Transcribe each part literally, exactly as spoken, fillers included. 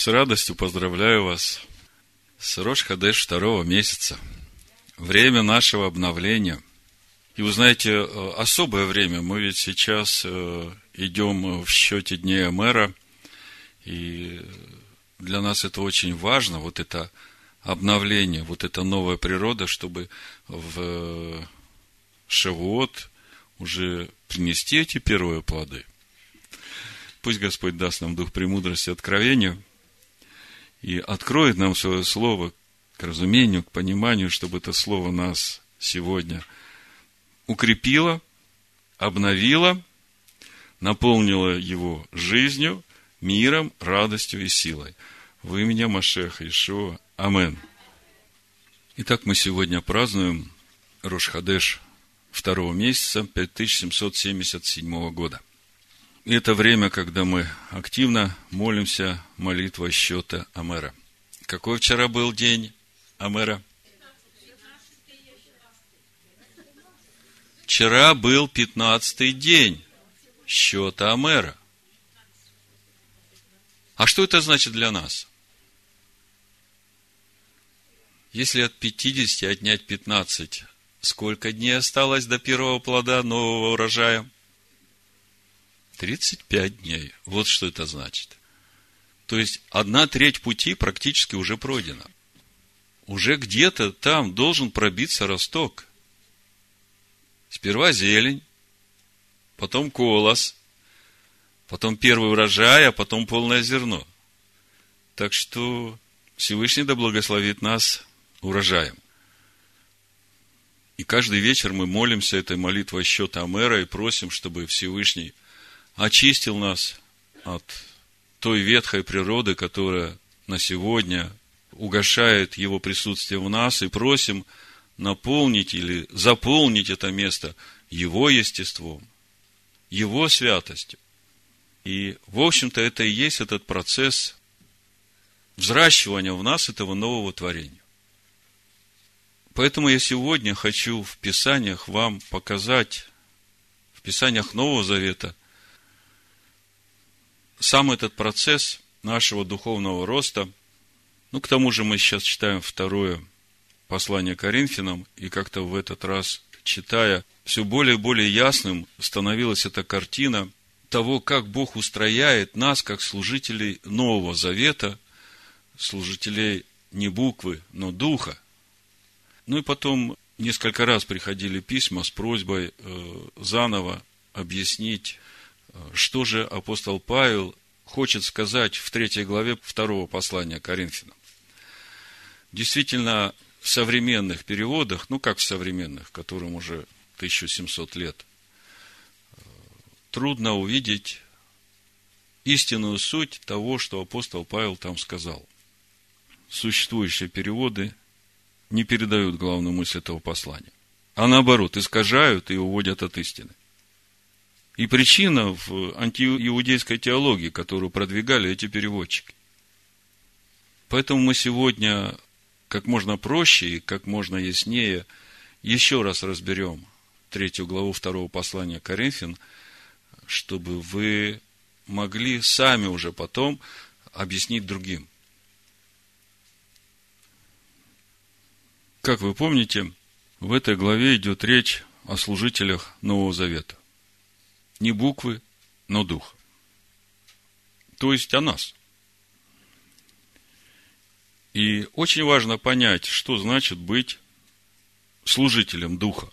С радостью поздравляю вас с Рош Ходеш второго месяца. Время нашего обновления. И вы знаете, особое время. Мы ведь сейчас идем в счете дней Омера. И для нас это очень важно, вот это обновление, вот эта новая природа, чтобы в Шавуот уже принести эти первые плоды. Пусть Господь даст нам дух премудрости и откровения и откроет нам свое слово к разумению, к пониманию, чтобы это слово нас сегодня укрепило, обновило, наполнило его жизнью, миром, радостью и силой. Во имя Машеха Иешуа. Амен. Итак, мы сегодня празднуем Рош Ходеш второго месяца пять тысяч семьсот семьдесят седьмого года. И это время, когда мы активно молимся молитвой счета Омера. Какой вчера был день Омера? Вчера был пятнадцатый день счета Омера. А что это значит для нас? Если от пятидесяти отнять пятнадцать, сколько дней осталось до первого плода нового урожая? тридцать пять дней. Вот что это значит. То есть, одна треть пути практически уже пройдена. Уже где-то там должен пробиться росток. Сперва зелень, потом колос, потом первый урожай, а потом полное зерно. Так что Всевышний да благословит нас урожаем. И каждый вечер мы молимся этой молитвой счета Омера и просим, чтобы Всевышний очистил нас от той ветхой природы, которая на сегодня угошает его присутствие в нас, и просим наполнить или заполнить это место его естеством, его святостью. И, в общем-то, это и есть этот процесс взращивания в нас этого нового творения. Поэтому я сегодня хочу в Писаниях вам показать, в Писаниях Нового Завета, сам этот процесс нашего духовного роста. Ну, к тому же мы сейчас читаем второе послание Коринфянам, и как-то в этот раз, читая, все более и более ясным становилась эта картина того, как Бог устрояет нас, как служителей Нового Завета, служителей не буквы, но духа. Ну и потом несколько раз приходили письма с просьбой э, заново объяснить, что же апостол Павел хочет сказать в третьей главе второго послания Коринфянам. Действительно, в современных переводах, ну как в современных, которым уже тысяча семьсот лет, трудно увидеть истинную суть того, что апостол Павел там сказал. Существующие переводы не передают главную мысль этого послания, а наоборот, искажают и уводят от истины. И причина в антииудейской теологии, которую продвигали эти переводчики. Поэтому мы сегодня как можно проще и как можно яснее еще раз разберем третью главу второго послания Коринфян, чтобы вы могли сами уже потом объяснить другим. Как вы помните, в этой главе идет речь о служителях Нового Завета. Не буквы, но дух. То есть о нас. И очень важно понять, что значит быть служителем духа.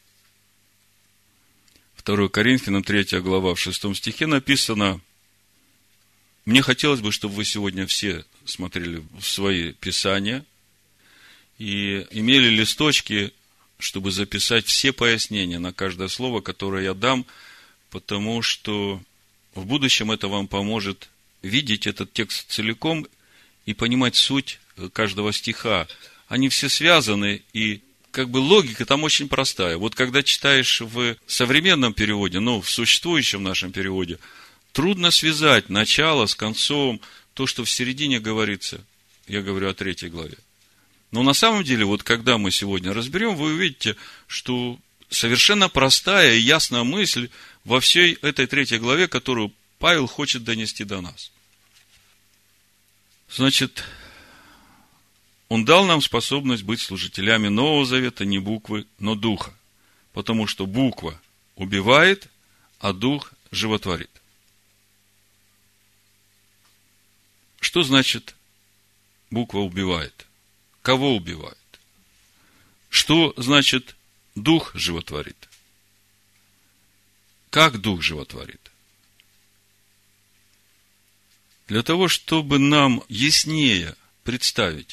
второе Коринфянам третья глава в шестом стихе написано: мне хотелось бы, чтобы вы сегодня все смотрели в свои писания и имели листочки, чтобы записать все пояснения на каждое слово, которое я дам, потому что в будущем это вам поможет видеть этот текст целиком и понимать суть каждого стиха. Они все связаны, и как бы логика там очень простая. Вот когда читаешь в современном переводе, ну, в существующем нашем переводе, трудно связать начало с концом, то, что в середине говорится. Я говорю о третьей главе. Но на самом деле, вот когда мы сегодня разберем, вы увидите, что совершенно простая и ясная мысль во всей этой третьей главе, которую Павел хочет донести до нас. Значит, Он дал нам способность быть служителями Нового Завета не буквы, но духа. Потому что буква убивает, а дух животворит. Что значит буква убивает? Кого убивает? Что значит дух животворит? Как дух животворит? Для того, чтобы нам яснее представить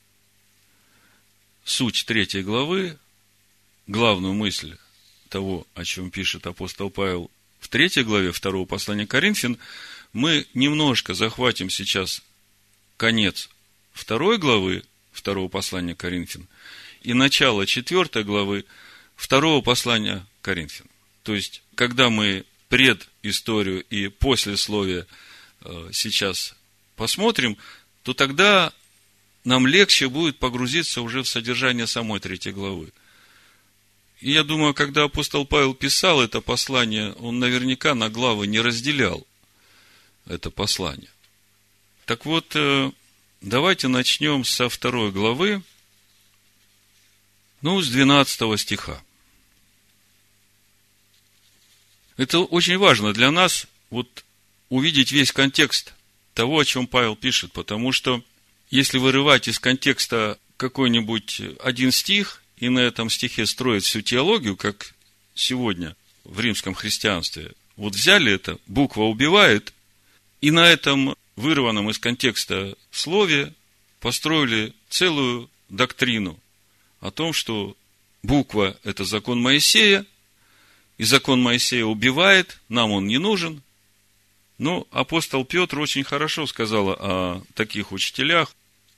суть третьей главы, главную мысль того, о чем пишет апостол Павел в третьей главе второго послания Коринфян, мы немножко захватим сейчас конец второй главы второго послания Коринфян и начало четвертой главы второго послания Коринфян. То есть, когда мы предысторию и послесловие э, сейчас посмотрим, то тогда нам легче будет погрузиться уже в содержание самой третьей главы. И я думаю, когда апостол Павел писал это послание, он наверняка на главы не разделял это послание. Так вот, давайте начнем со второй главы, ну, с двенадцатого стиха. Это очень важно для нас, вот, увидеть весь контекст того, о чем Павел пишет, потому что если вырывать из контекста какой-нибудь один стих и на этом стихе строить всю теологию, как сегодня в римском христианстве, вот взяли это, буква убивает, и на этом вырванном из контекста слове построили целую доктрину о том, что буква – это закон Моисея, и закон Моисея убивает, нам он не нужен. Но апостол Петр очень хорошо сказал о таких учителях.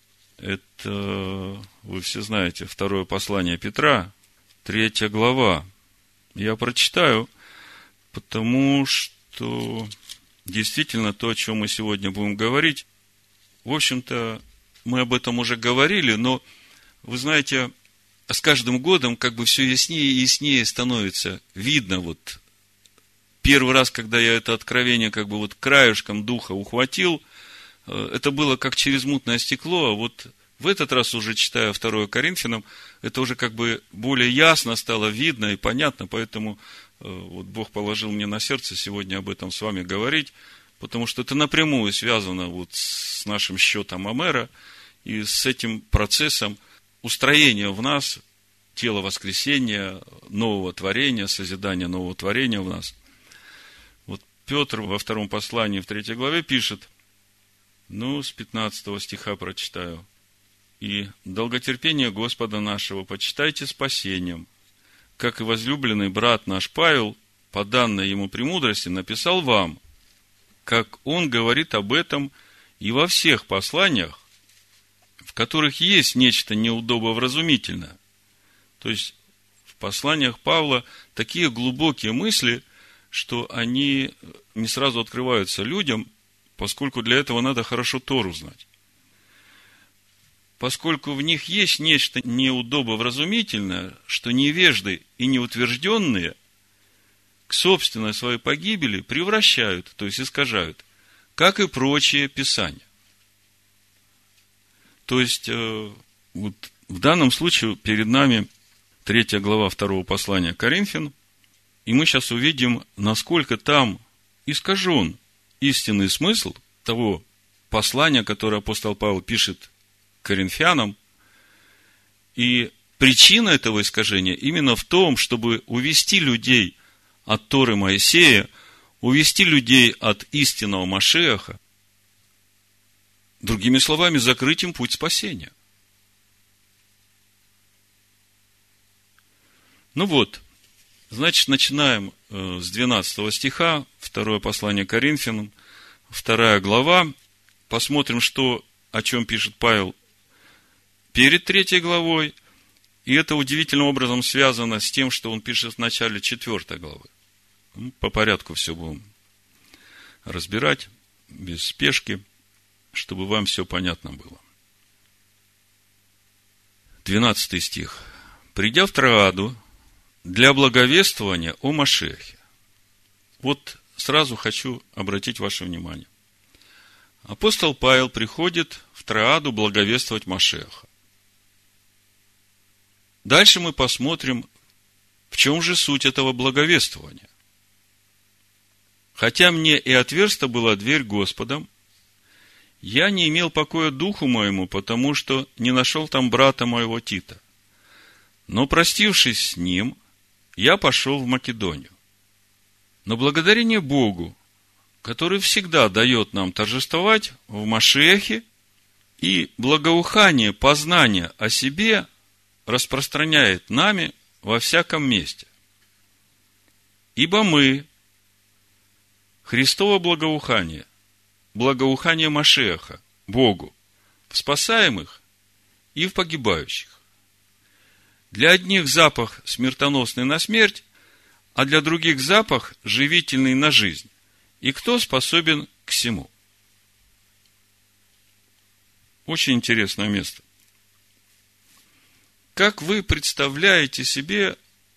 Это, вы все знаете, второе послание Петра, третья глава. Я прочитаю, потому что действительно то, о чем мы сегодня будем говорить, в общем-то, мы об этом уже говорили, но, вы знаете, с каждым годом как бы все яснее и яснее становится. Видно вот, первый раз, когда я это откровение как бы вот краешком духа ухватил, это было как через мутное стекло, а вот в этот раз уже, читая второе Коринфянам, это уже как бы более ясно стало видно и понятно, поэтому вот Бог положил мне на сердце сегодня об этом с вами говорить, потому что это напрямую связано вот с нашим счетом Омера и с этим процессом устроения в нас тела воскресения, нового творения, созидания нового творения в нас. Вот Петр во втором послании в третьей главе пишет, ну, с пятнадцатого стиха прочитаю. «И долготерпение Господа нашего почитайте спасением, как и возлюбленный брат наш Павел, по данной ему премудрости, написал вам, как он говорит об этом и во всех посланиях, в которых есть нечто неудобовразумительное». То есть, в посланиях Павла такие глубокие мысли, что они не сразу открываются людям, поскольку для этого надо хорошо Тору знать. Поскольку в них есть нечто неудобовразумительное, что невежды и неутвержденные к собственной своей погибели превращают, то есть искажают, как и прочие писания. То есть, вот в данном случае перед нами третья глава второго послания Коринфян, и мы сейчас увидим, насколько там искажен истинный смысл того послания, которое апостол Павел пишет коринфянам. И причина этого искажения именно в том, чтобы увести людей от Торы Моисея, увести людей от истинного Машиаха, другими словами, закрыть им путь спасения. Ну вот, значит, начинаем с двенадцатого стиха, второе послание Коринфянам, вторая глава. Посмотрим, что, о чем пишет Павел перед третьей главой. И это удивительным образом связано с тем, что он пишет в начале четвертой главы. По порядку все будем разбирать, без спешки, чтобы вам все понятно было. двенадцатый стих. «Придя в Троаду для благовествования о Машиахе». Вот сразу хочу обратить ваше внимание. апостол Павел приходит в Троаду благовествовать Машиаха. Дальше мы посмотрим, в чем же суть этого благовествования. Хотя мне и отверста была дверь Господом, я не имел покоя духу моему, потому что не нашел там брата моего Тита. Но, простившись с ним, я пошел в Македонию. Но благодарение Богу, который всегда дает нам торжествовать в Машиахе, и благоухание познания о себе распространяет нами во всяком месте. Ибо мы, Христово благоухание, благоухание Машиаха, Богу, в спасаемых и в погибающих. Для одних запах смертоносный на смерть, а для других запах живительный на жизнь. И кто способен к сему? Очень интересное место. Как вы представляете себе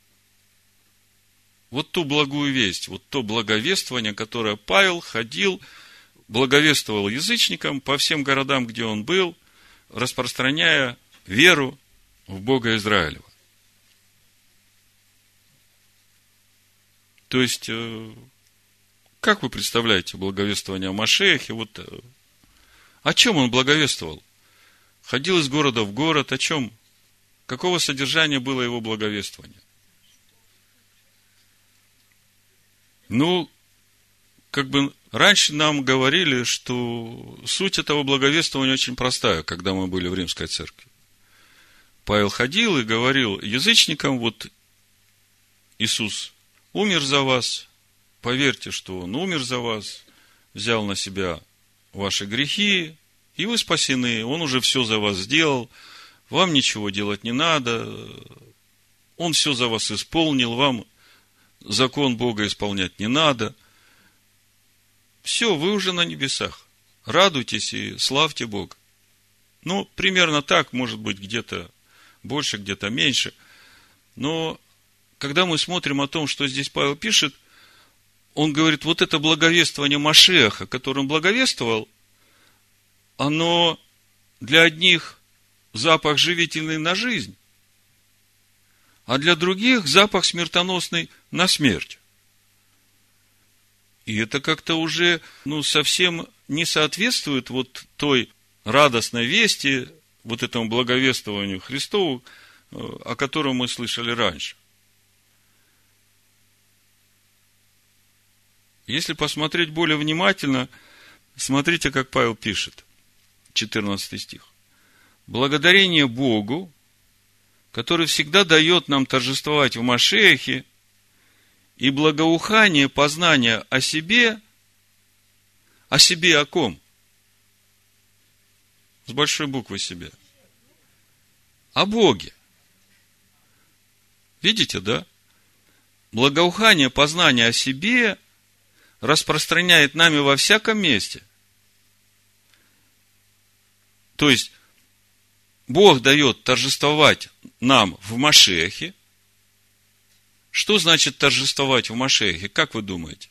вот ту благую весть, вот то благовествование, которое Павел ходил, благовествовал язычникам по всем городам, где он был, распространяя веру в Бога Израилева? То есть, как вы представляете благовествование о Машиахе? Вот, о чем он благовествовал? Ходил из города в город, о чем? Какого содержания было его благовествование? Ну, как бы раньше нам говорили, что суть этого благовествования очень простая, когда мы были в Римской церкви. Павел ходил и говорил язычникам: вот Иисус умер за вас, поверьте, что Он умер за вас, взял на себя ваши грехи, и вы спасены, Он уже все за вас сделал, вам ничего делать не надо, Он все за вас исполнил, вам закон Бога исполнять не надо. Все, вы уже на небесах. Радуйтесь и славьте Бога. Ну, примерно так, может быть, где-то больше, где-то меньше. Но когда мы смотрим о том, что здесь Павел пишет, он говорит, вот это благовествование Машиаха, которым благовествовал, оно для одних запах живительный на жизнь, а для других запах смертоносный на смерть. И это как-то уже, ну, совсем не соответствует вот той радостной вести, вот этому благовествованию Христову, о котором мы слышали раньше. Если посмотреть более внимательно, смотрите, как Павел пишет, четырнадцатый стих. Благодарение Богу, который всегда дает нам торжествовать в Машиахе, и благоухание познания о себе, о себе о ком? С большой буквы себе. О Боге. Видите, да? Благоухание познания о себе распространяет нами во всяком месте. То есть, Бог дает торжествовать нам в Машиахе. Что значит торжествовать в Машиахе? Как вы думаете?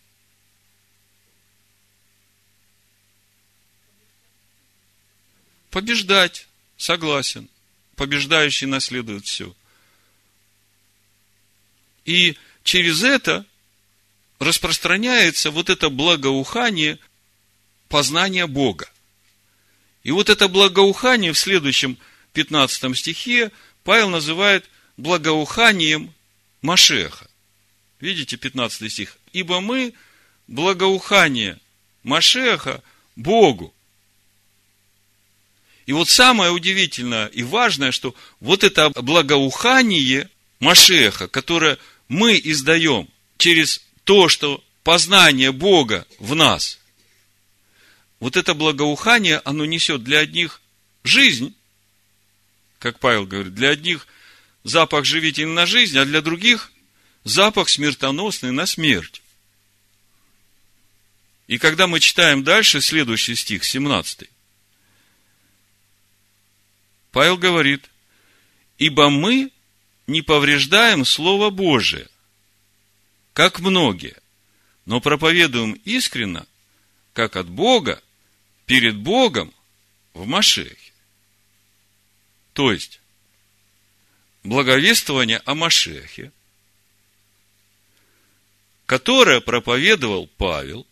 Побеждать. Согласен. Побеждающий наследует все. И через это распространяется вот это благоухание познания Бога. И вот это благоухание в следующем пятнадцатом стихе Павел называет благоуханием Машиаха. Видите, пятнадцатый стих. Ибо мы благоухание Машиаха Богу. И вот самое удивительное и важное, что вот это благоухание Машиаха, которое мы издаем через то, что познание Бога в нас, вот это благоухание, оно несет для одних жизнь, как Павел говорит, для одних запах живительный на жизнь, а для других запах смертоносный на смерть. И когда мы читаем дальше, следующий стих, семнадцатый, Павел говорит, ибо мы не повреждаем Слово Божие, как многие, но проповедуем искренно, как от Бога, перед Богом в Машиахе. То есть, благовествование о Машиахе, которое проповедовал Павел.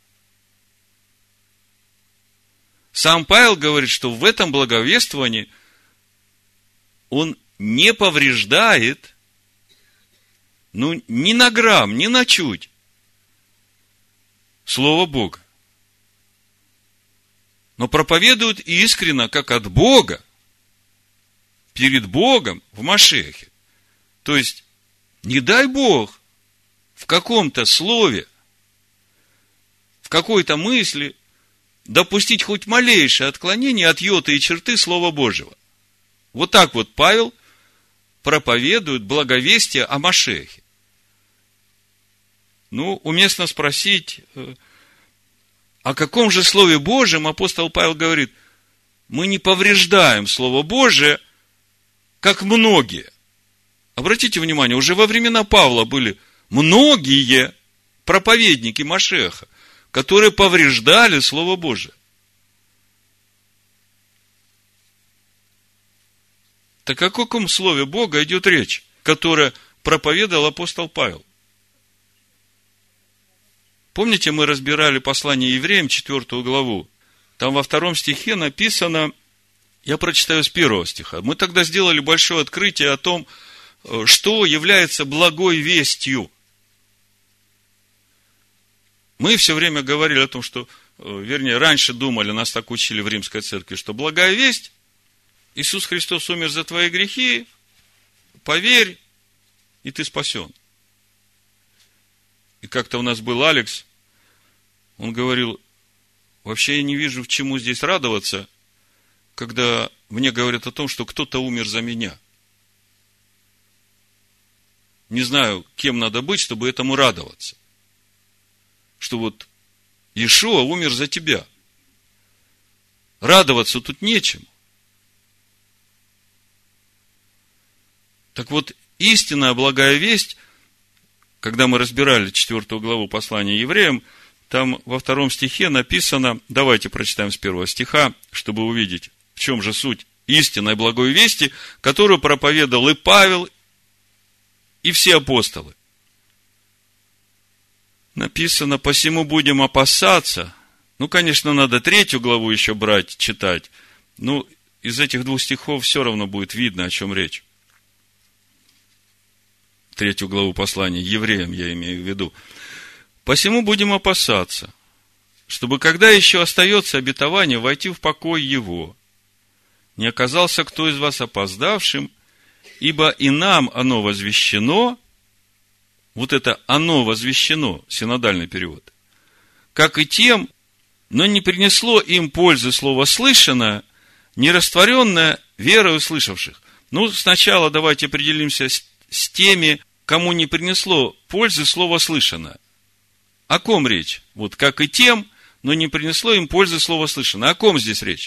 Сам Павел говорит, что в этом благовествовании он не повреждает, ну, ни на грамм, ни на чуть Слово Бога. Но проповедует искренно, как от Бога, перед Богом в Машиахе. То есть, не дай Бог в каком-то слове, в какой-то мысли допустить хоть малейшее отклонение от йоты и черты Слова Божьего. Вот так вот Павел проповедует благовестие о Машиахе. Ну, уместно спросить, о каком же Слове Божьем апостол Павел говорит: мы не повреждаем Слово Божие, как многие. Обратите внимание, уже во времена Павла были многие проповедники Машиаха, которые повреждали Слово Божие. Так о каком Слове Бога идет речь, которое проповедовал апостол Павел? Помните, мы разбирали послание евреям, четвертую главу? Там во втором стихе написано, я прочитаю с первого стиха. Мы тогда сделали большое открытие о том, что является благой вестью. Мы все время говорили о том, что, вернее, раньше думали, нас так учили в Римской церкви, что благая весть, Иисус Христос умер за твои грехи, поверь, и ты спасен. И как-то у нас был Алекс, он говорил: вообще я не вижу, к чему здесь радоваться, когда мне говорят о том, что кто-то умер за меня. Не знаю, кем надо быть, чтобы этому радоваться. Что вот Иешуа умер за тебя. Радоваться тут нечему. Так вот, истинная благая весть, когда мы разбирали четвертую главу послания евреям, там во втором стихе написано, давайте прочитаем с первого стиха, чтобы увидеть, в чем же суть истинной благой вести, которую проповедовал и Павел, и все апостолы. Написано: посему будем опасаться. Ну, конечно, надо третью главу еще брать, читать. Ну, из этих двух стихов все равно будет видно, о чем речь. Третью главу послания евреям я имею в виду. Посему будем опасаться, чтобы, когда еще остается обетование войти в покой его, не оказался кто из вас опоздавшим, ибо и нам оно возвещено, вот это оно возвещено, синодальный перевод, как и тем, но не принесло им пользы слово слышанное, не растворенное верой услышавших. Ну, сначала давайте определимся с, с теми, кому не принесло пользы слово слышанное. О ком речь? Вот как и тем, но не принесло им пользы слово слышанное. О ком здесь речь?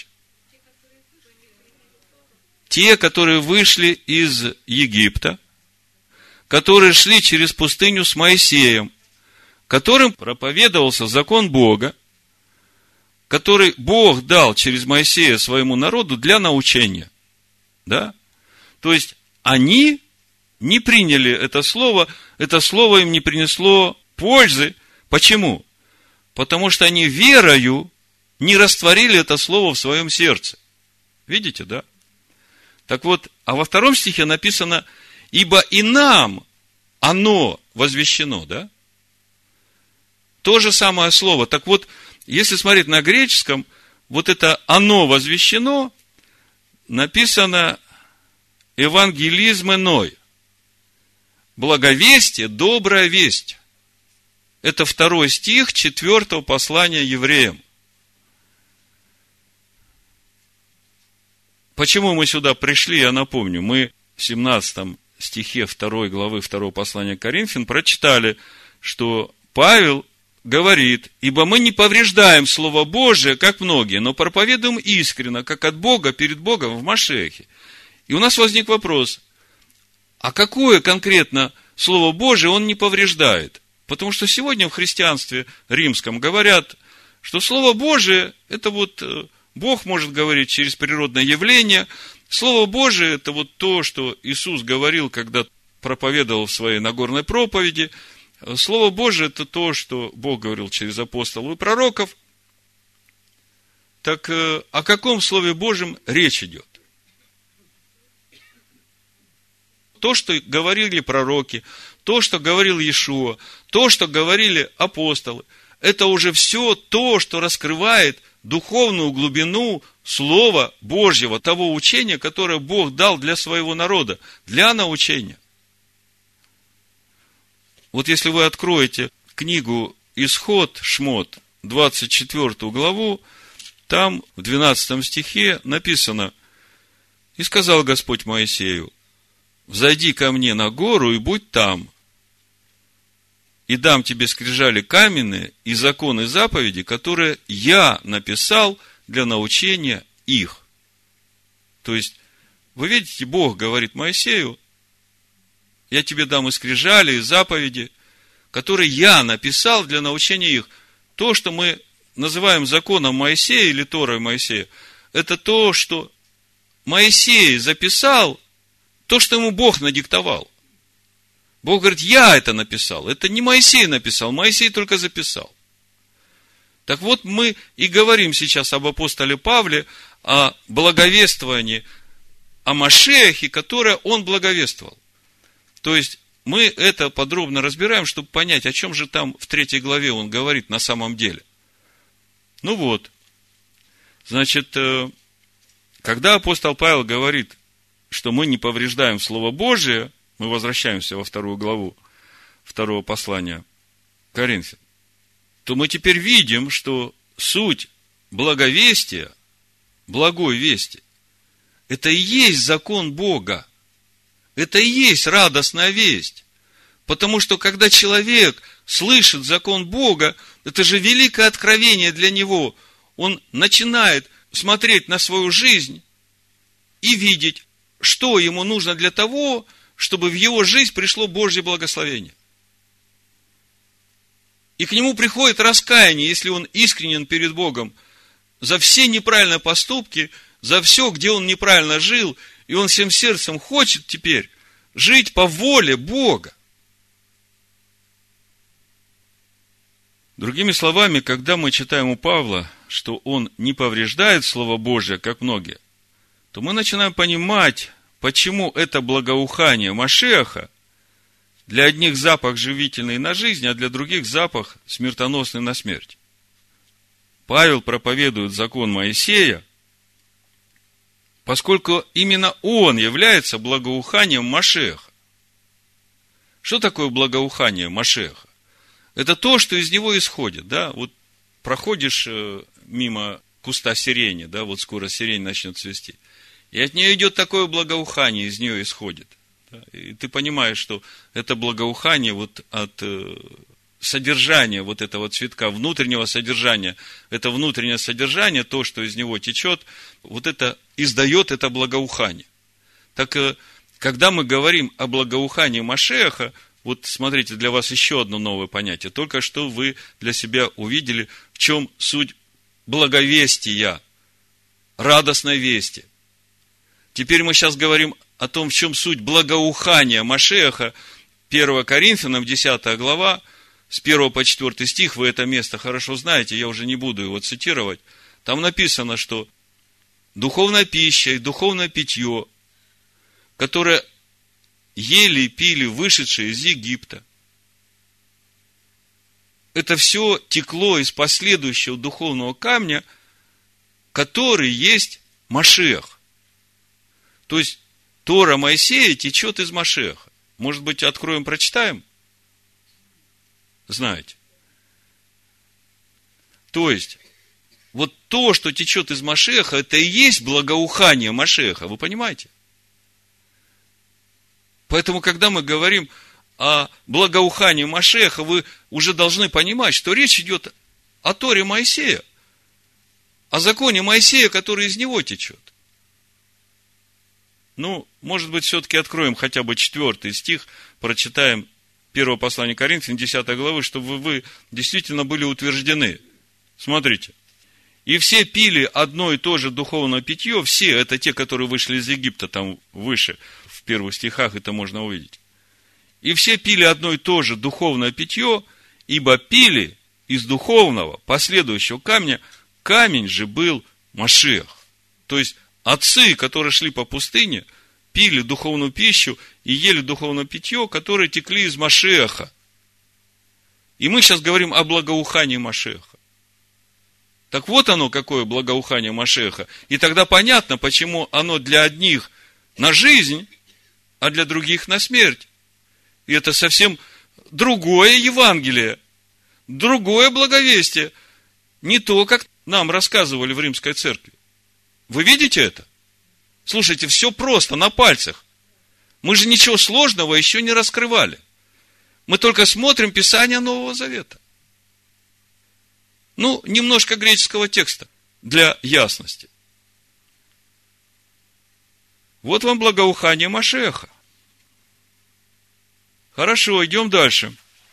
Те, которые вышли из Египта, которые шли через пустыню с Моисеем, которым проповедовался закон Бога, который Бог дал через Моисея своему народу для научения. Да? То есть, они не приняли это слово, это слово им не принесло пользы. Почему? Потому что они верою не растворили это слово в своем сердце. Видите, да? Так вот, а во втором стихе написано: ибо и нам оно возвещено, да? То же самое слово. Так вот, если смотреть на греческом, вот это оно возвещено, написано евангелизм иной. Благовестие, добрая весть. Это второй стих четвертого послания евреям. Почему мы сюда пришли, я напомню. Мы в семнадцатом стихе второй главы второго послания Коринфян прочитали, что Павел говорит: ибо мы не повреждаем Слово Божие, как многие, но проповедуем искренно, как от Бога, перед Богом в Машиахе. И у нас возник вопрос: а какое конкретно Слово Божие он не повреждает? Потому что сегодня в христианстве римском говорят, что Слово Божие – это вот Бог может говорить через природное явление. Слово Божие – это вот то, что Иисус говорил, когда проповедовал в своей Нагорной проповеди. Слово Божие – это то, что Бог говорил через апостолов и пророков. Так о каком Слове Божьем речь идет? То, что говорили пророки, то, что говорил Иешуа, то, что говорили апостолы, это уже все то, что раскрывает духовную глубину Слова Божьего, того учения, которое Бог дал для своего народа, для научения. Вот если вы откроете книгу Исход, Шмот, двадцать четвёртую главу, там в двенадцатом стихе написано: «И сказал Господь Моисею: взойди ко мне на гору и будь там, и дам тебе скрижали каменные и законы заповеди, которые я написал для научения их». То есть, вы видите, Бог говорит Моисею: я тебе дам и скрижали, и заповеди, которые я написал для научения их. То, что мы называем законом Моисея или Торой Моисея, это то, что Моисей записал, то, что ему Бог надиктовал. Бог говорит: я это написал. Это не Моисей написал, Моисей только записал. Так вот, мы и говорим сейчас об апостоле Павле, о благовествовании, о Машиахе, которое он благовествовал. То есть, мы это подробно разбираем, чтобы понять, о чем же там в третьей главе он говорит на самом деле. Ну вот, значит, когда апостол Павел говорит, что мы не повреждаем Слово Божие, мы возвращаемся во вторую главу второго послания Коринфянам, то мы теперь видим, что суть благовестия, благой вести, это и есть закон Бога. Это и есть радостная весть. Потому что, когда человек слышит закон Бога, это же великое откровение для него. Он начинает смотреть на свою жизнь и видеть, что ему нужно для того, чтобы в его жизнь пришло Божье благословение. И к нему приходит раскаяние, если он искренен перед Богом, за все неправильные поступки, за все, где он неправильно жил, и он всем сердцем хочет теперь жить по воле Бога. Другими словами, когда мы читаем у Павла, что он не повреждает Слово Божие, как многие, то мы начинаем понимать, почему это благоухание Машиаха для одних запах живительный на жизнь, а для других запах смертоносный на смерть. Павел проповедует закон Моисея, поскольку именно он является благоуханием Машиаха. Что такое благоухание Машиаха? Это то, что из него исходит, да, вот проходишь мимо куста сирени, да, вот скоро сирень начнет цвести, и от нее идет такое благоухание, из нее исходит. Да, и ты понимаешь, что это благоухание вот от содержания вот этого цветка, внутреннего содержания, это внутреннее содержание, то, что из него течет, вот это издает это благоухание. Так, когда мы говорим о благоухании Машиаха, вот смотрите, для вас еще одно новое понятие. Только что вы для себя увидели, в чем суть благовестия, радостной вести. Теперь мы сейчас говорим о том, в чем суть благоухания Машиаха. первое Коринфянам, десятая глава, с первого по четвёртый стих, вы это место хорошо знаете, я уже не буду его цитировать. Там написано, что духовная пища и духовное питье, которое ели и пили вышедшие из Египта, это все текло из последующего духовного камня, который есть Машиах. То есть, Тора Моисея течет из Машиаха. Может быть, откроем, прочитаем? Знаете. То есть, вот то, что течет из Машиаха, это и есть благоухание Машиаха. Вы понимаете? Поэтому, когда мы говорим о благоухании Машиаха, вы уже должны понимать, что речь идет о Торе Моисея, о законе Моисея, который из него течет. Ну, может быть, все-таки откроем хотя бы четвертый стих, прочитаем первое послание Коринфянам, десятой главы, чтобы вы действительно были утверждены. Смотрите. И все пили одно и то же духовное питье, все, это те, которые вышли из Египта, там выше, в первых стихах это можно увидеть. И все пили одно и то же духовное питье, ибо пили из духовного последующего камня, камень же был Машиах. То есть, отцы, которые шли по пустыне, пили духовную пищу и ели духовное питье, которые текли из Машиаха. И мы сейчас говорим о благоухании Машиаха. Так вот оно, какое благоухание Машиаха. И тогда понятно, почему оно для одних на жизнь, а для других на смерть. И это совсем другое Евангелие, другое благовестие. Не то, как нам рассказывали в Римской церкви. Вы видите это? Слушайте, все просто, на пальцах. Мы же ничего сложного еще не раскрывали. Мы только смотрим Писание Нового Завета. Ну, немножко греческого текста для ясности. Вот вам благоухание Машиаха. Хорошо, идем дальше.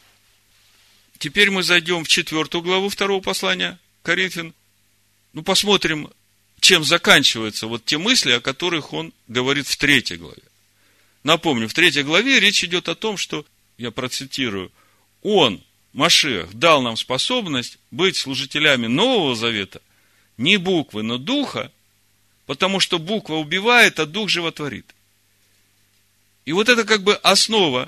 Теперь мы зайдем в четвертую главу второго послания Коринфян. Ну, посмотрим, чем заканчиваются вот те мысли, о которых он говорит в третьей главе. Напомню, в третьей главе речь идет о том, что, я процитирую, он, Машиах, дал нам способность быть служителями Нового Завета, не буквы, но духа, потому что буква убивает, а дух животворит. И вот это как бы основа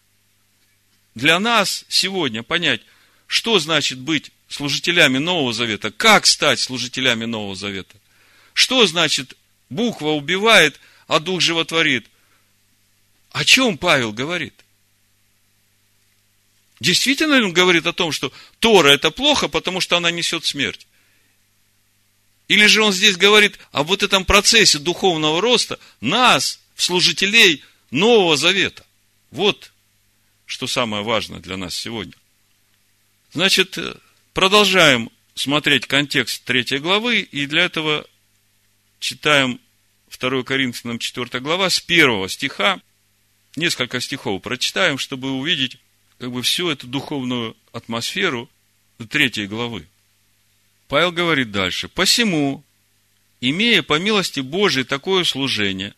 для нас сегодня понять, что значит быть служителями Нового Завета, как стать служителями Нового Завета. Что значит буква убивает, а дух животворит? О чем Павел говорит? Действительно ли он говорит о том, что Тора это плохо, потому что она несет смерть? Или же он здесь говорит о вот этом процессе духовного роста нас, служителей Нового Завета? Вот что самое важное для нас сегодня. Значит, продолжаем смотреть контекст третьей главы, и для этого читаем второе Коринфянам четвёртая глава с первого стиха. Несколько стихов прочитаем, чтобы увидеть как бы всю эту духовную атмосферу третьей главы. Павел говорит дальше. «Посему, имея по милости Божией такое служение».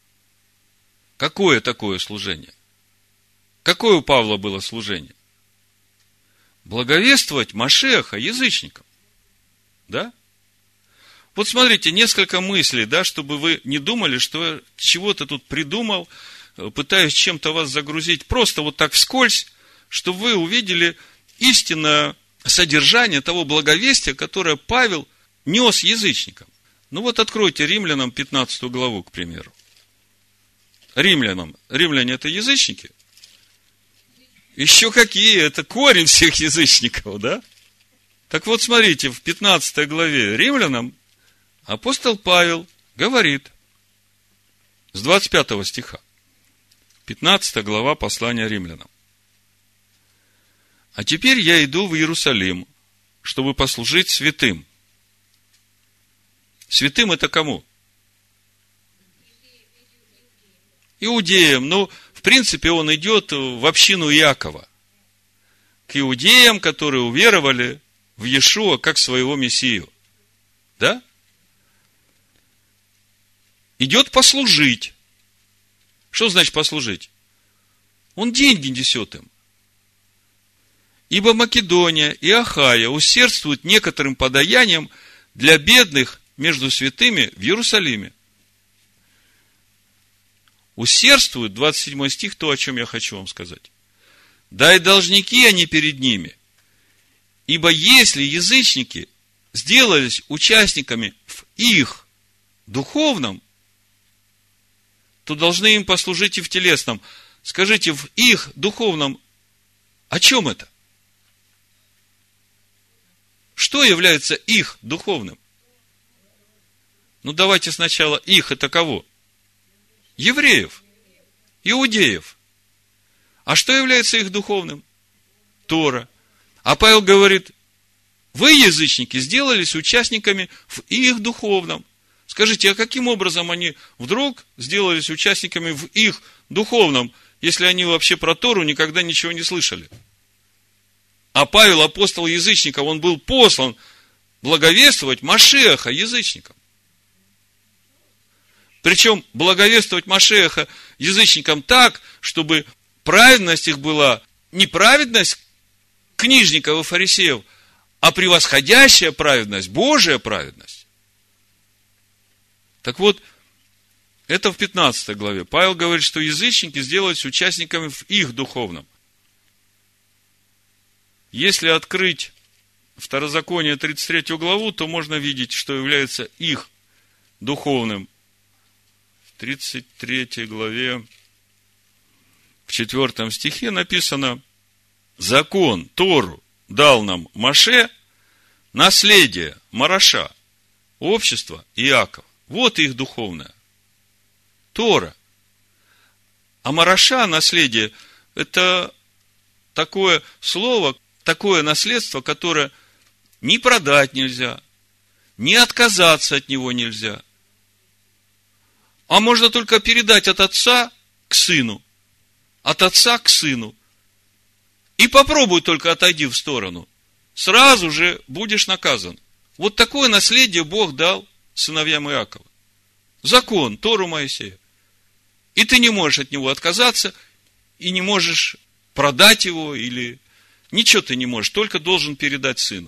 Какое такое служение? Какое у Павла было служение? Благовествовать Машиаха язычникам. Да? Вот смотрите, несколько мыслей, да, чтобы вы не думали, что я чего-то тут придумал, пытаюсь чем-то вас загрузить, просто вот так вскользь, чтобы вы увидели истинное содержание того благовестия, которое Павел нес язычникам. Ну вот откройте Римлянам пятнадцатую главу, к примеру. Римлянам. Римляне это язычники? Еще какие? Это корень всех язычников, да? Так вот, смотрите, в пятнадцатой главе Римлянам апостол Павел говорит с двадцать пятого стиха. пятнадцатая глава послания Римлянам. «А теперь я иду в Иерусалим, чтобы послужить святым». Святым это кому? Иудеям. Ну, в принципе, он идет в общину Иакова. К иудеям, которые уверовали в Иешуа как своего Мессию. Да? Идет послужить. Что значит послужить? Он деньги несет им. Ибо Македония и Ахая усердствуют некоторым подаянием для бедных между святыми в Иерусалиме. Усердствуют, двадцать седьмой стих, то, о чем я хочу вам сказать. Да и должники они перед ними. Ибо если язычники сделались участниками в их духовном, то должны им послужить и в телесном. Скажите, в их духовном, о чем это? Что является их духовным? Ну, давайте сначала их, это кого? Евреев, иудеев. А что является их духовным? Тора. А Павел говорит, вы, язычники, сделались участниками в их духовном. Скажите, а каким образом они вдруг сделались участниками в их духовном, если они вообще про Тору никогда ничего не слышали? А Павел, апостол язычников, он был послан благовествовать Машиаха язычникам. Причем благовествовать Машиаха язычникам так, чтобы праведность их была не праведность книжников и фарисеев, а превосходящая праведность, Божия праведность. Так вот, это в пятнадцатой главе. Павел говорит, что язычники сделаются участниками в их духовном. Если открыть Второзаконие тридцать третью главу, то можно видеть, что является их духовным. В тридцать третьей главе, в четвертом стихе написано: закон, Тору дал нам Моше, наследие Мараша, общество Иакова. Вот их духовное. Тора. А Мараша, наследие, это такое слово, такое наследство, которое ни продать нельзя, ни отказаться от него нельзя. А можно только передать от отца к сыну, от отца к сыну. И попробуй только отойди в сторону. Сразу же будешь наказан. Вот такое наследие Бог дал сыновьям Иакова. Закон, Тору Моисея. И ты не можешь от него отказаться, и не можешь продать его, или ничего ты не можешь, только должен передать сыну.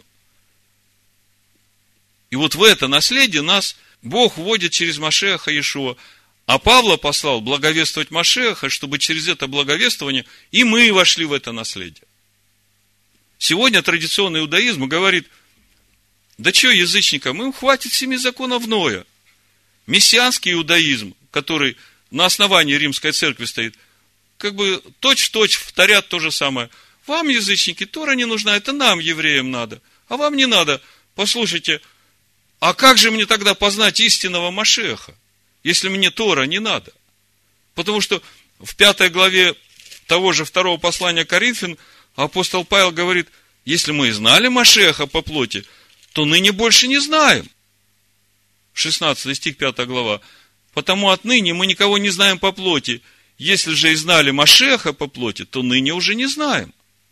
И вот в это наследие нас Бог вводит через Машиаха Иешуа. А Павла послал благовествовать Машиаха, чтобы через это благовествование и мы вошли в это наследие. Сегодня традиционный иудаизм говорит: да что язычникам, им хватит семи законов Ноя. Мессианский иудаизм, который на основании Римской церкви стоит, как бы точь-в-точь повторят то же самое. Вам, язычники, Тора не нужна, это нам, евреям, надо. А вам не надо. Послушайте, а как же мне тогда познать истинного Машиаха, если мне Тора не надо? Потому что в пятой главе того же второго послания Коринфян апостол Павел говорит: если мы и знали Машиаха по плоти, то ныне больше не знаем. шестнадцатый стих, пятая глава. Потому отныне мы никого не знаем по плоти. Если же и знали Машиаха по плоти, то ныне уже не знаем.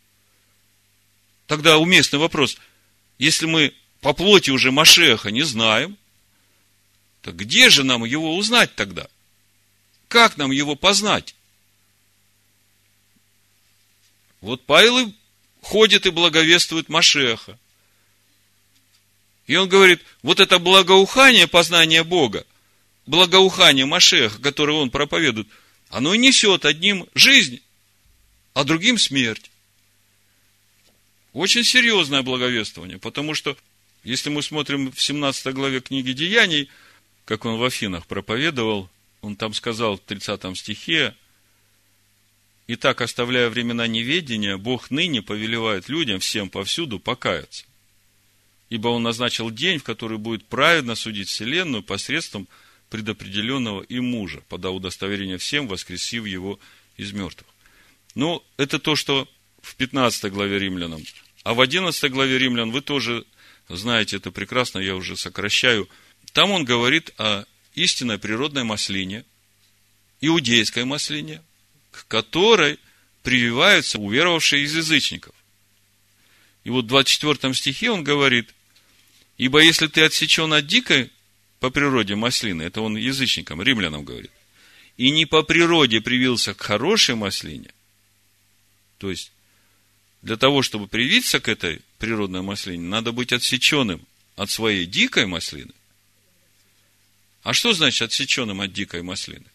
Тогда уместный вопрос: если мы по плоти уже Машиаха не знаем, то где же нам его узнать тогда? Как нам его познать? Вот Павел и ходит и благовествует Машиаха. И он говорит, вот это благоухание познания Бога, благоухание Машиаха, которое он проповедует, оно и несет одним жизнь, а другим смерть. Очень серьезное благовествование, потому что, если мы смотрим в семнадцатой главе книги Деяний, как он в Афинах проповедовал, он там сказал в тридцатом стихе: «Итак, оставляя времена неведения, Бог ныне повелевает людям всем повсюду покаяться. Ибо Он назначил день, в который будет праведно судить вселенную посредством предопределенного им мужа, подав удостоверение всем, воскресив его из мертвых». Ну, это то, что в пятнадцатой главе Римлянам. А в одиннадцатой главе Римлян вы тоже знаете это прекрасно, я уже сокращаю. Там он говорит о истинной природной маслине, иудейской маслине, к которой прививаются уверовавшие из язычников. И вот в двадцать четвёртом стихе он говорит: «Ибо если ты отсечен от дикой по природе маслины», это он язычникам, римлянам говорит, «и не по природе привился к хорошей маслине», то есть для того, чтобы привиться к этой природной маслине, надо быть отсеченным от своей дикой маслины. А что значит отсеченным от дикой маслины?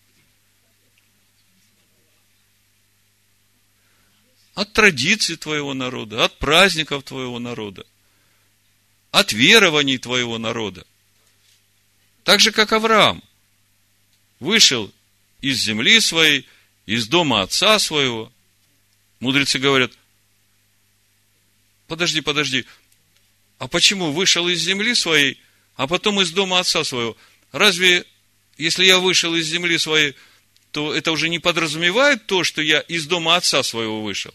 От традиций твоего народа, от праздников твоего народа, от верований твоего народа. Так же, как Авраам вышел из земли своей, из дома отца своего. Мудрецы говорят: подожди, подожди, а почему вышел из земли своей, а потом из дома отца своего? Разве, если я вышел из земли своей, то это уже не подразумевает то, что я из дома отца своего вышел?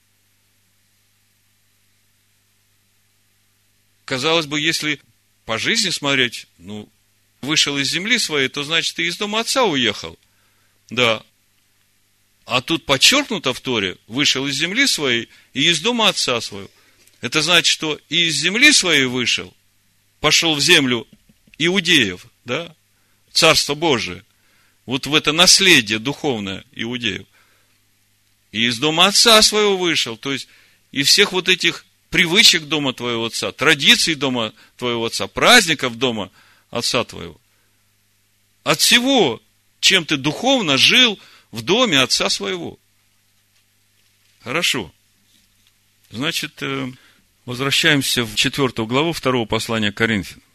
Казалось бы, если по жизни смотреть, ну, вышел из земли своей, то значит, ты из дома отца уехал. Да. А тут подчеркнуто в Торе: вышел из земли своей и из дома отца своего. Это значит, что и из земли своей вышел, пошел в землю иудеев, да, Царство Божие, вот в это наследие духовное иудеев, и из дома отца своего вышел, то есть из всех вот этих привычек дома твоего отца, традиций дома твоего отца, праздников дома отца твоего, от всего, чем ты духовно жил в доме отца своего. Хорошо. Значит, возвращаемся в четвертую главу второго послания к Коринфянам.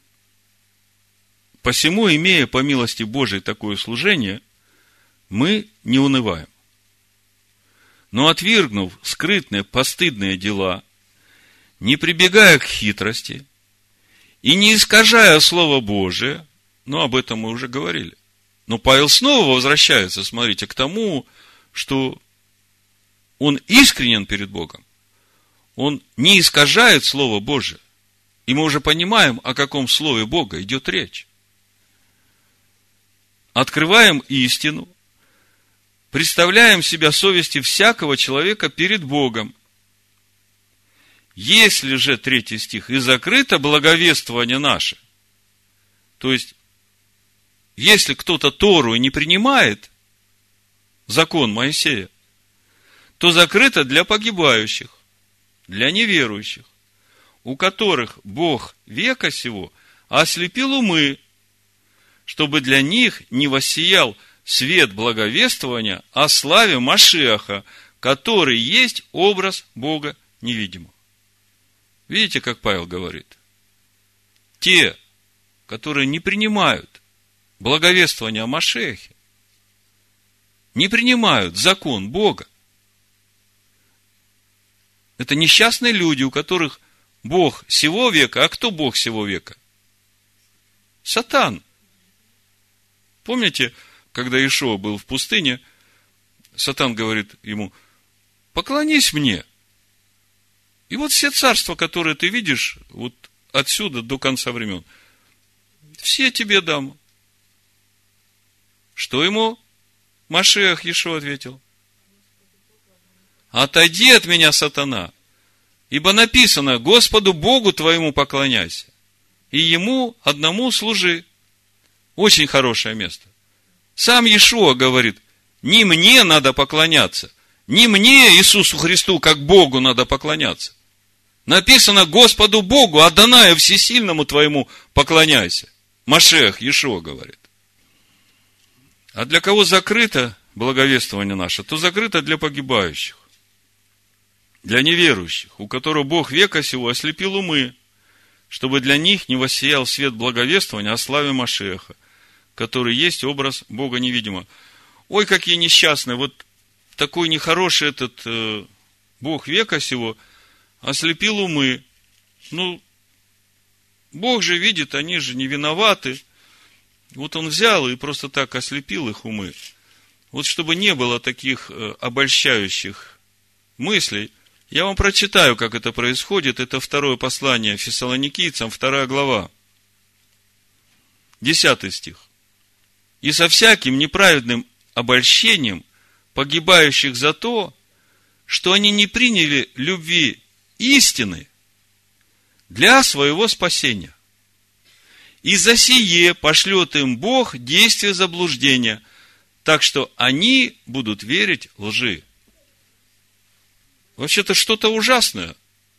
«Посему, имея по милости Божией такое служение, мы не унываем. Но отвергнув скрытные, постыдные дела, не прибегая к хитрости и не искажая Слово Божие», ну, об этом мы уже говорили. Но Павел снова возвращается, смотрите, к тому, что он искренен перед Богом. Он не искажает Слово Божие. И мы уже понимаем, о каком Слове Бога идет речь. Открываем истину, представляем себя совести всякого человека перед Богом. Если же, третий стих, и закрыто благовествование наше, то есть, если кто-то Тору не принимает, закон Моисея, то закрыто для погибающих, для неверующих, у которых Бог века сего ослепил умы, чтобы для них не воссиял свет благовествования о славе Машиаха, который есть образ Бога невидимого. Видите, как Павел говорит? Те, которые не принимают благовествование о Машиахе, не принимают закон Бога, это несчастные люди, у которых Бог сего века. А кто Бог сего века? Сатан. Помните, когда Иешуа был в пустыне, Сатан говорит ему: поклонись мне. И вот все царства, которые ты видишь, вот отсюда до конца времен, все тебе дам. Что ему Машиах Иешуа ответил? Отойди от меня, сатана, ибо написано: Господу Богу твоему поклоняйся, и Ему одному служи. Очень хорошее место. Сам Иешуа говорит: не мне надо поклоняться, не мне, Иисусу Христу, как Богу надо поклоняться. Написано: Господу Богу, Адонаю Всесильному твоему поклоняйся. Машиах Иешуа говорит. А для кого закрыто благовествование наше, то закрыто для погибающих, для неверующих, у которых Бог века сего ослепил умы, чтобы для них не воссиял свет благовествования о славе Машиаха, который есть образ Бога невидимого. Ой, какие несчастные, вот такой нехороший этот э, Бог века сего ослепил умы. Ну, Бог же видит, они же не виноваты. Вот Он взял и просто так ослепил их умы. Вот чтобы не было таких э, обольщающих мыслей, я вам прочитаю, как это происходит. Это второе послание Фессалоникийцам, вторая глава, десятый стих. «И со всяким неправедным обольщением погибающих за то, что они не приняли любви истины для своего спасения. И за сие пошлет им Бог действие заблуждения, так что они будут верить лжи». Вообще-то что-то ужасное.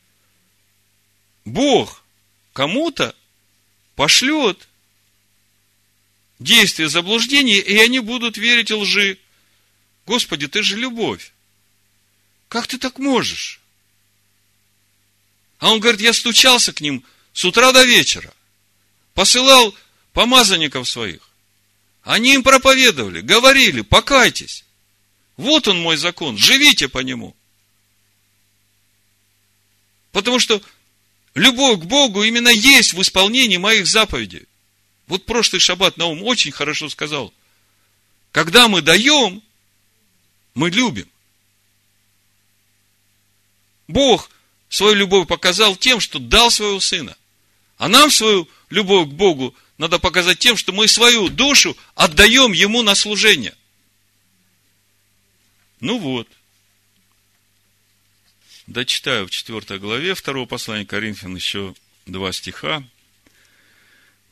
Бог кому-то пошлет действие заблуждения, и они будут верить лжи. Господи, ты же любовь. Как ты так можешь? А он говорит: я стучался к ним с утра до вечера, посылал помазанников своих. Они им проповедовали, говорили: покайтесь. Вот он мой закон, живите по нему. Потому что любовь к Богу именно есть в исполнении моих заповедей. Вот прошлый шаббат Наум очень хорошо сказал. Когда мы даем, мы любим. Бог свою любовь показал тем, что дал своего Сына. А нам свою любовь к Богу надо показать тем, что мы свою душу отдаем Ему на служение. Ну вот. Дочитаю в четвёртой главе второго послания к Коринфянам еще два стиха.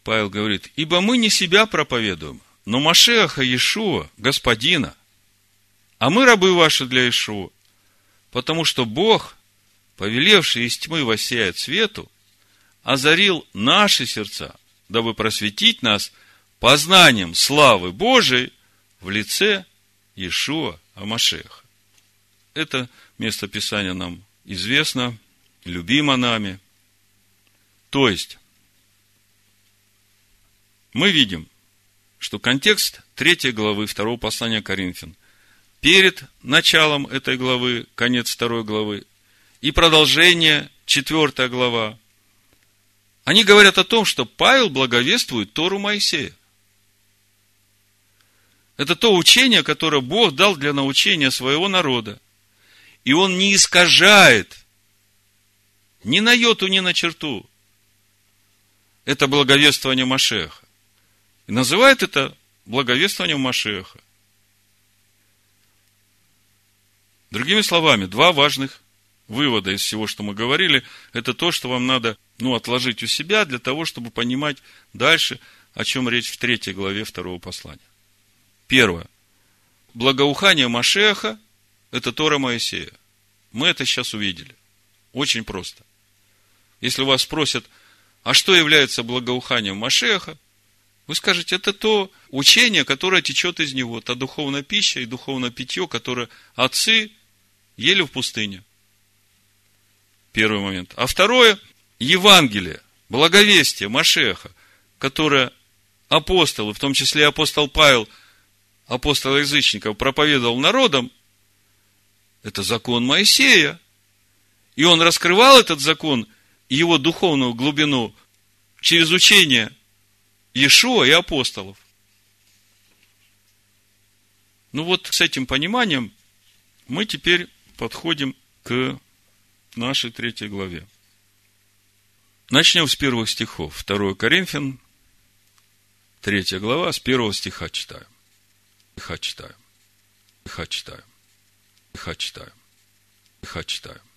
Павел говорит: ибо мы не себя проповедуем, но Машеаха Иешуа, Господина. А мы рабы ваши для Иешуа, потому что Бог, повелевший из тьмы воссиять свету, озарил наши сердца, дабы просветить нас познанием славы Божией в лице Иешуа ха-Машиаха. Это место Писания нам известно, любимо нами. То есть, мы видим, что контекст третьей главы второго послания Коринфян перед началом этой главы, конец второй главы, и продолжение, четвертая глава, они говорят о том, что Павел благовествует Тору Моисея. Это то учение, которое Бог дал для научения своего народа. И он не искажает ни на йоту, ни на черту это благовествование Машеаха. И называет это благовествованием Машеаха. Другими словами, два важных вывода из всего, что мы говорили, это то, что вам надо ну, отложить у себя для того, чтобы понимать дальше, о чем речь в третьей главе второго послания. Первое. Благоухание Машеаха – это Тора Моисея. Мы это сейчас увидели. Очень просто. Если вас спросят, а что является благоуханием Машеаха, вы скажете, это то учение, которое течет из него, та духовная пища и духовное питье, которое отцы ели в пустыне. Первый момент. А второе, Евангелие, благовестие Машеаха, которое апостолы, в том числе апостол Павел, апостол язычников, проповедовал народам, это закон Моисея. И он раскрывал этот закон и его духовную глубину через учение Иешуа и апостолов. Ну вот с этим пониманием мы теперь подходим к нашей третьей главе. Начнем с первых стихов. второе Коринфян, третья глава, с первого стиха читаем. Стиха читаем. Стиха читаем. Стиха читаем. Стиха читаем.